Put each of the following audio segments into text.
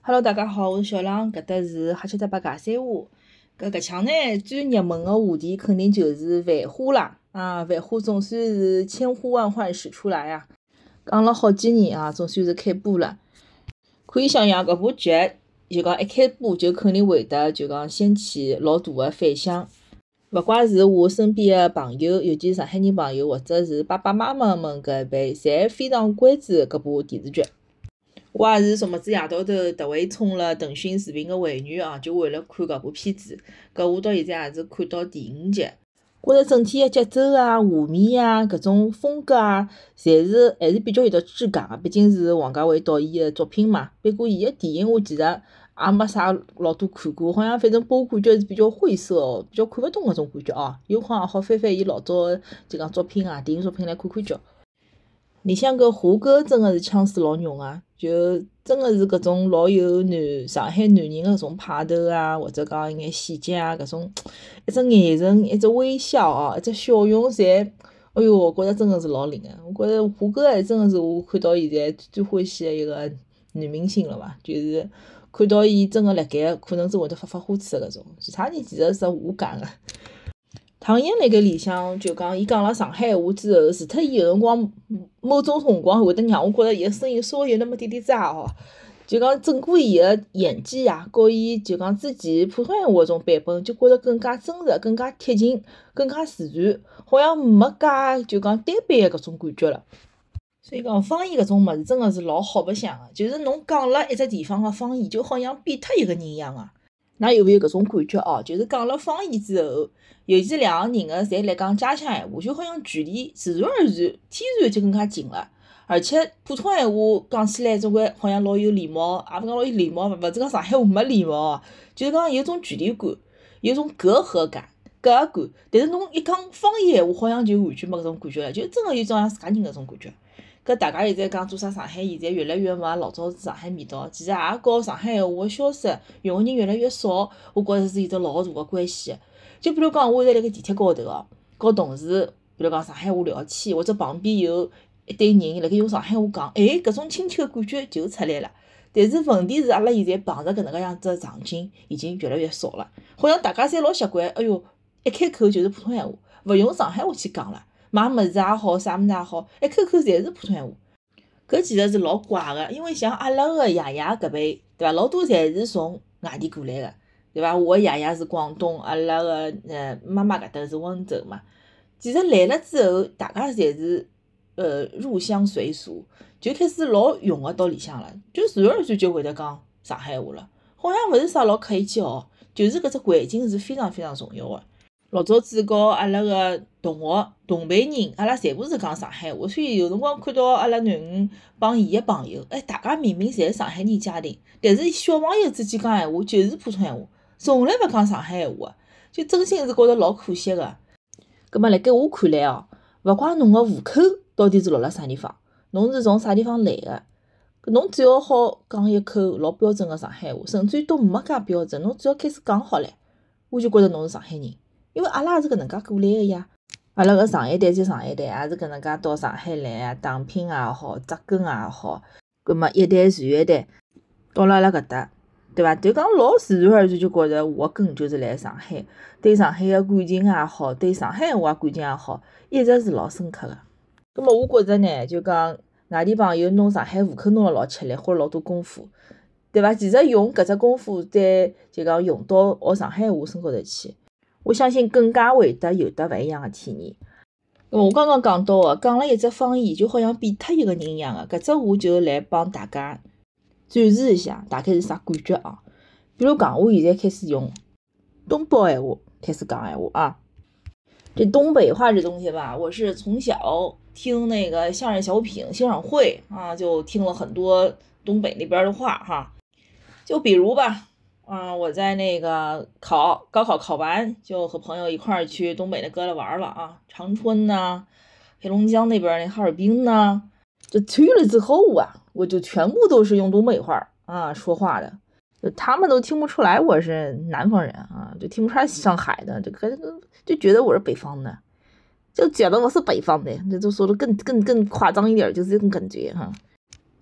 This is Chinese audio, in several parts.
Hello，大家好，我是小浪，搿搭是哈七搭八尬三胡。搿腔呢，最热门个话题肯定就是繁花啦。繁花总算是千呼万唤始出来啊，讲了好几年啊，总算是开播了。可以想象搿部剧就讲一开播就肯定会得就讲掀起老大个反响。勿怪是我身边个朋友，尤其是上海人朋友，或者是爸爸妈妈们搿一辈，侪非常关注搿部电视剧。我也是昨么子夜到头特为充了腾讯视频个会员啊，就为了看搿部片子。搿我到现在也是看到第5集，觉着整体个节奏啊、画面啊、搿种风格啊，侪是还是比较有得质感个。毕竟是王家卫导演个作品嘛。不过伊个电影我其实也没啥老多看过，好像反正拨我感觉是比较晦涩哦，比较看勿懂搿种感觉哦。有空也好翻翻伊老早个就讲作品啊、电影作品来看看叫。里向搿华哥真个是腔水老浓啊，就真个是搿种老有上海男人个搿种派头啊，或者讲一眼细节啊，搿种一只眼神、一只微笑哦，一只笑容，侪，哎哟，我觉着真个是老灵个。我觉着华哥还真个是我看到现在最欢喜个一个男明星了伐，就是看到伊真个辣盖可能是会得发花痴个搿种，其他人其实是无感个。唐嫣辣盖里向就讲，伊讲了上海话之后，除脱伊有辰光某种辰光会得让我觉着伊个声音稍微有那么点点渣哦，就讲整个伊个演技啊，和伊就讲之前普通闲话搿种版本，就觉着更加真实、更加贴近、更加自然，好像没介就讲单板个搿种感觉了。所以讲方言搿种物事真个是老好白相个，就是侬讲了一只地方个方言，就好像变脱一个人一样个。㑚有勿有搿种感觉哦？就是讲了方言之后，尤其两个人个侪辣讲家乡闲话，就好像距离自然而然、天然就更加近了。而且普通闲话讲起来总归好像老有礼貌，也勿讲老有礼貌，勿是讲上海话没礼貌哦，就是讲有种距离感，有种隔阂感、隔阂感。但是侬一讲方言闲话，好像就完全没搿种感觉了，就真个有种像自家人搿种感觉。搿大家现在讲做啥上海，现在越来越没老早子上海味道，其实也和上海闲话个消失，用个人越来越少，我觉着是有得老大个关系。就比如讲，我现在辣盖地铁高头哦，和同事，比如讲上海话聊天，或者旁边有一对人辣盖用上海话讲，搿种亲切个感觉就出来了。但是问题是，阿拉现在碰着搿能介样子个场景已经越来越少了，好像大家侪老习惯，哎哟，一开口就是普通闲话，勿用上海话去讲了。买物事也好，啥物事也好，一口口侪是普通闲话。搿其实是老怪个，因为像阿拉个爷爷搿辈，对伐？老多侪是从外地过来个，对伐？我个爷爷是广东，阿拉个妈妈搿搭是温州嘛。其实来了之后，大家侪是入乡随俗，就开始老融合到里向了，就自然而然就会得讲上海话了，好像勿是啥老刻意去学，就是搿只环境是非常非常重要个。老早子和阿拉个同学、同辈人，阿拉全部是讲上海话，所以有辰光看到阿拉囡恩帮伊个朋友，大家明明侪是上海人家庭，但是小朋友之间讲闲话就是普通闲话，从来勿讲上海闲话，就真心是觉着老可惜个。葛末辣盖我看来哦，勿怪侬个户口到底是落辣啥地方，侬是从啥地方来个，侬只要好讲一口老标准个上海话，甚至于都没介标准，侬只要开始讲好唻，我就觉着侬是上海人。因为阿拉也是搿能介过来个呀，阿拉个上一代再上一代也是搿能介到上海来啊，打拼也好，扎根也好，葛末一代传一代，到了阿拉搿搭，对伐？就讲老自然而然就觉着我个根就是辣上海，对上海个感情也好，对上海话感情也好，一直是老深刻个。葛末我觉着呢，就讲外地朋友弄上海户口弄了老吃力，花了老多功夫，对伐？其实用搿只功夫再就讲用到学上海话身高头去。我相信更加会得有得勿一样个体验。我刚刚讲到个，讲了一只方言，就好像变脱一个人一样个，搿只我就来帮大家展示一下，大概是啥感觉啊？比如讲，我现在开始用东北闲话开始讲闲话啊。这东北话这东西吧，我是从小听那个相声小品、相声会啊，就听了很多东北那边的话哈。就比如吧。我在那个高考考完，就和朋友一块儿去东北的旮旯玩了啊，长春呐、黑龙江那边的哈尔滨呐。这去了之后啊，我就全部都是用东北话说话的，就他们都听不出来我是南方人啊，就听不出来上海的，就觉得我是北方的，就觉得我是北方的，这就说的更夸张一点，就是这种感觉哈。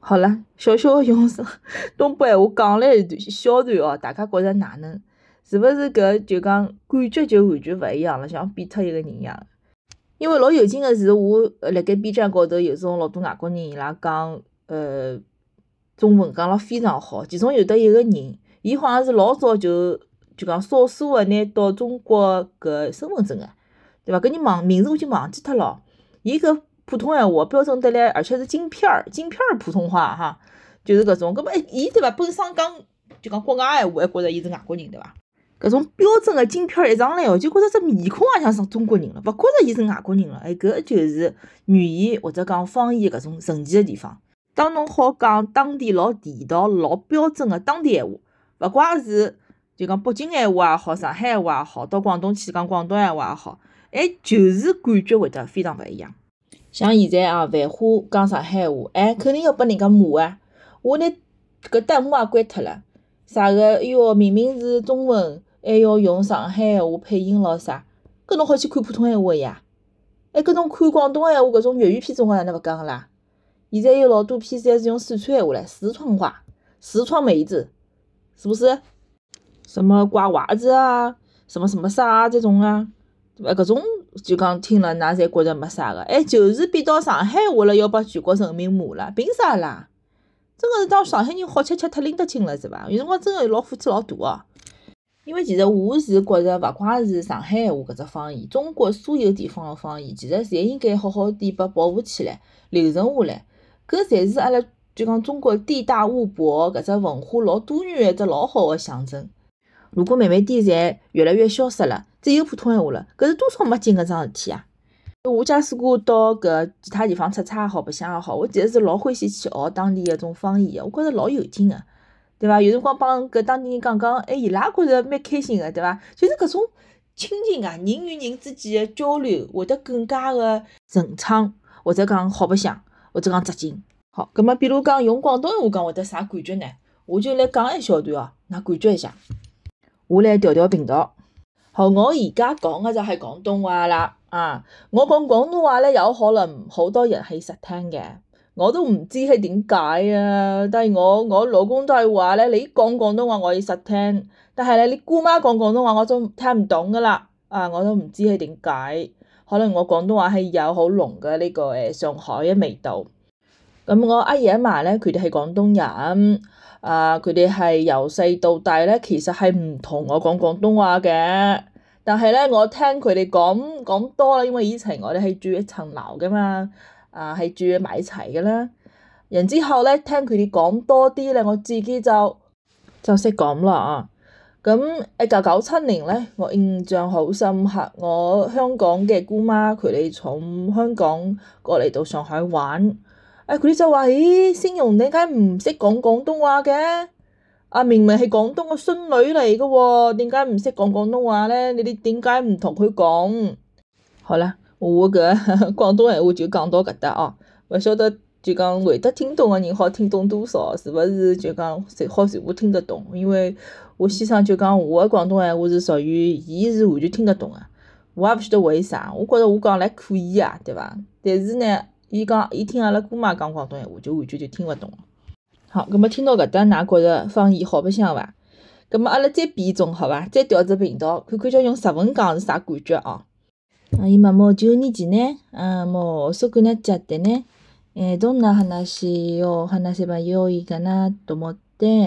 好了，小小的用东北闲话讲了一段小段哦，大家觉着哪能？是勿是搿就讲感觉就完全勿一样了，像变脱一个人一样？因为老有劲个是，我辣盖 B 站高头有种老多外国人伊拉讲中文讲了非常好，其中有得一个人，伊好像是老早就讲少数个拿到中国搿身份证个，对伐？搿人名字我已经忘记脱了。伊搿普通闲话标准得来，而且是京片儿普通话哈，就是搿种。搿么伊对伐？本身讲就讲国外闲话，还觉着伊是外国人对伐？搿种标准个京片儿一上来哦，就觉着只面孔也像是中国人了，勿觉着伊是外国人了。搿就是语言或者讲方言搿种神奇个地方。当侬好讲当地老地道、老标准个当地闲话，勿怪是就讲北京闲话也好，上海闲话也好，到广东去讲广东闲话也好，就是感觉会得非常勿一样。像现在啊，繁花讲上海闲话，肯定要拨人家骂啊！我拿搿弹幕也关脱了。啥个？哎哟，明明是中文，还要用上海闲话配音咾啥？搿侬好去看普通闲话呀？搿侬看广东闲话搿种粤语片，中国哪能勿讲个啦？现在有老多片侪是用四川闲话唻，四川话，四川妹子，是不是？什么瓜娃子啊，什么什么啥这种啊，对伐？搿种就讲听了，㑚侪觉着没啥个，就是变到上海话了，要把全国人民骂了，凭啥啦？真个是当上海人好吃太拎得清了是伐？有辰光真个老火气老大哦。因为其实我是觉着，勿怪是上海闲话搿只方言，中国所有地方个方言，其实侪应该好好点拨保护起来，留存下来。搿才是阿拉就讲中国地大物博搿只文化老多元一只老好个象征。如果慢慢点侪越来越消失了，只有普通闲话了，搿是多少没劲个桩事体啊！我假使过到搿其他地方出差也好，白相也好，我其实是老欢喜去学当地个种方言个，我觉着老有劲个，对伐？有辰光帮搿当地人讲讲，伊拉觉着蛮开心个，对伐？就是搿种亲近啊，人与人之间个交流会得更加个顺畅，或者讲好白相。或者讲扎劲，好，葛末比如讲用广东闲话讲会得啥感觉呢？我就来讲一小段哦，㑚感觉一下。我来调调频道。好，我而家讲个就係廣東話啦。我講廣東話咧有可能好多人係實聽嘅，我都唔知係點解啊。但係我老公都係話咧，你講廣東話我要實聽，但係咧你姑媽講廣東話我就聽唔懂噶啦。我都唔知係點解。可能我廣東話係有好濃嘅呢個上海嘅味道。咁我阿爺阿嫲咧，佢哋係廣東人，佢哋係由細到大咧，其實係唔同我講廣東話嘅。但係咧，我聽佢哋講多啦，因為以前我哋係住一層樓噶嘛，係住埋一齊嘅啦。然之後咧，聽佢哋講多啲咧，我自己就識講啦啊。咁1997年咧，我印象好深刻。我香港嘅姑媽佢哋從香港過嚟到上海玩，佢哋就話：咦，仙蓉點解唔識講廣東話嘅？明明係廣東嘅孫女嚟嘅喎，點解唔識講廣東話咧？你哋點解唔同佢講？好啦，我搿廣東閒話就講到搿搭哦，勿曉得就講會得聽懂嘅人好聽懂多少，是勿是就講好全部聽得懂？因為我先生就講我的廣東閒話是屬於伊是完全聽得懂的，我也勿曉得為啥，我覺着我講來可以啊，對伐？但是呢，伊講伊聽阿拉姑媽講廣東閒話就完全就聽勿懂。好，咁麼聽到搿搭，㑚覺着方言好白相伐？咁麼阿拉再變種好伐？再調只頻道，看看叫用日文講是啥感覺哦。今もう12時ね。もう遅くなっちゃってね。どんな話を話せばよいかなと思って、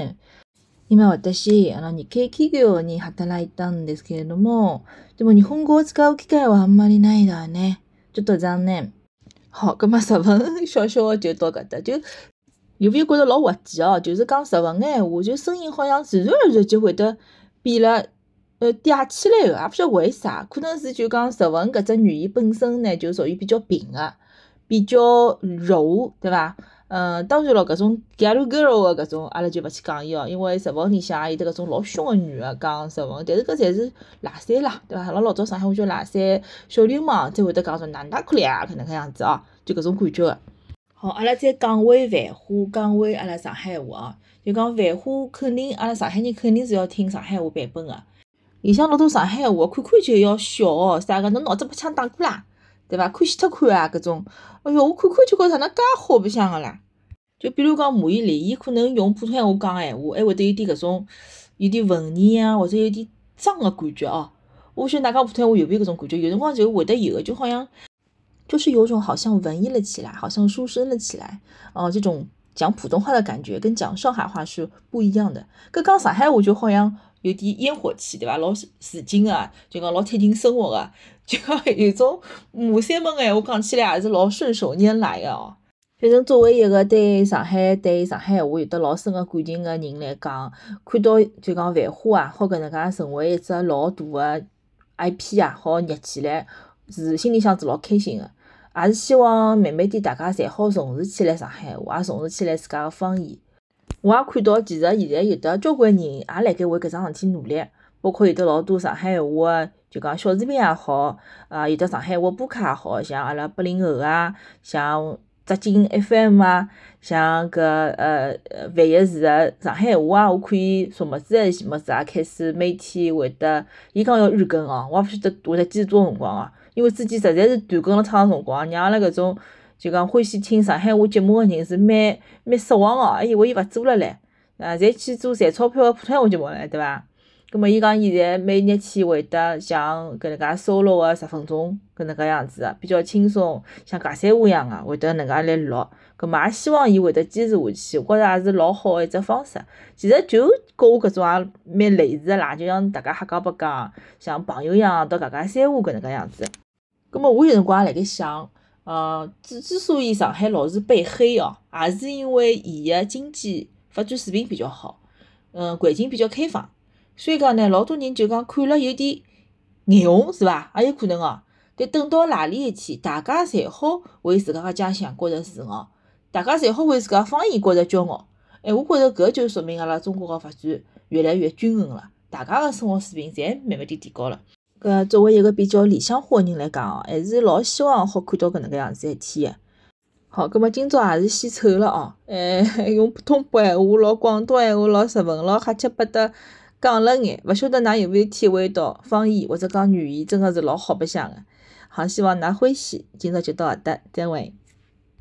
今私、日系企業に働いたんですけれども、でも日本語を使う機会はあんまりないだね。ちょっと残念。好，咁麼日文小小的就到搿搭，就有沒有覺得老滑稽哦？就是講日文嘅閒話，就聲音好像自然而然就會得變了。嗲起來個，也不曉得為啥，可能是就講日文搿只語言本身呢，就屬於比較平個，比較柔，對伐？當然咯，搿種 girl 個搿種，阿拉就勿去講伊哦，因為日文裡向也有得搿種老兇個女個講日文，但是搿侪是垃圾啦，對伐？阿拉老早上海話叫垃圾，小流氓才會得講說哪可哩啊，搿能個樣子哦，就搿種感覺個。好，阿拉再講回繁花，講回阿拉上海話哦，就講繁花肯定阿拉上海人肯定是要聽上海話版本個。里向老多上海話，看看就要笑哦，啥個侬腦子被槍打過啦，對伐？看死脱看啊，搿種，哎喲，我看看就覺着哪能介好白相個啦。 就比如讲马伊琍，伊可能用普通闲话讲闲话，还会得有点搿种有点文言啊，或者有点脏个感觉哦。我晓得㑚讲普通闲话有没有搿种感觉？有辰光就会得有的，就好像就是有种好像文艺了起来，好像书生了起来。这种讲普通话的感觉跟讲上海话是不一样的。搿讲上海话就好像有点烟火气，对伐？老市井个，就讲老贴近生活个，就讲有种马三门个闲话讲起来也是老顺手拈来个哦。反正作为一个对上海闲话有得老深个感情个人来讲，看到就讲繁花啊，好搿能介成为一只老大个 IP 啊，好热起来，是心里向是老开心个。也是希望慢慢点大家侪好重视起来上海话，也重视起来自家个方言。我也看到，其实现在有得交关人也辣盖为搿桩事体努力，包括有得老多上海话个，就讲小视频也好，有得上海话播客也好，像阿拉80后啊，像浙江 FM 啊，像搿万一市个上海话啊，我可以说么子还是么子也开始每天会得，伊讲要日更哦，我也勿晓得会得坚持多少辰光哦。因为之前实在是断更了太长辰光，让阿拉搿种就讲欢喜听上海话节目个人是蛮失望哦，还以为伊勿做了唻，侪去做赚钞票个普通闲话节目唻，对伐？葛末伊讲现在每日天会得像搿能介 solo 个10分钟搿能介样子个，比较轻松，像尬三胡一样个，会得搿能介来录。葛末也希望伊会得坚持下去，我觉着也是老好个一只方式。其实就跟我搿种也蛮类似个啦，就像大家瞎讲八讲，像朋友一样一道尬尬三胡搿能介样子。葛末我有辰光也辣盖想，之所以上海老是被黑哦，也是因为伊个经济发展水平比较好，环境比较开放，所以讲呢，老多人就讲看了有点眼红，是伐？也有可能哦。但等到何里一天，大家侪好为自家个家乡觉着自豪，大家侪好为自家方言觉着骄傲，我觉着搿就说明阿拉中国个发展越来越均衡了，大家个生活水平侪慢慢点提高了。搿作为一个比较理想化个人来讲哦，还是老希望好看到搿能介样子一天个。好，葛末今朝也是献丑了哦，用普通话闲话、老广东闲话、老日文、老瞎七八搭讲了眼，勿晓得㑚有没有体会到方言或者讲语言真个是老好白相个。好，希望㑚欢喜。今朝就到搿搭，再会。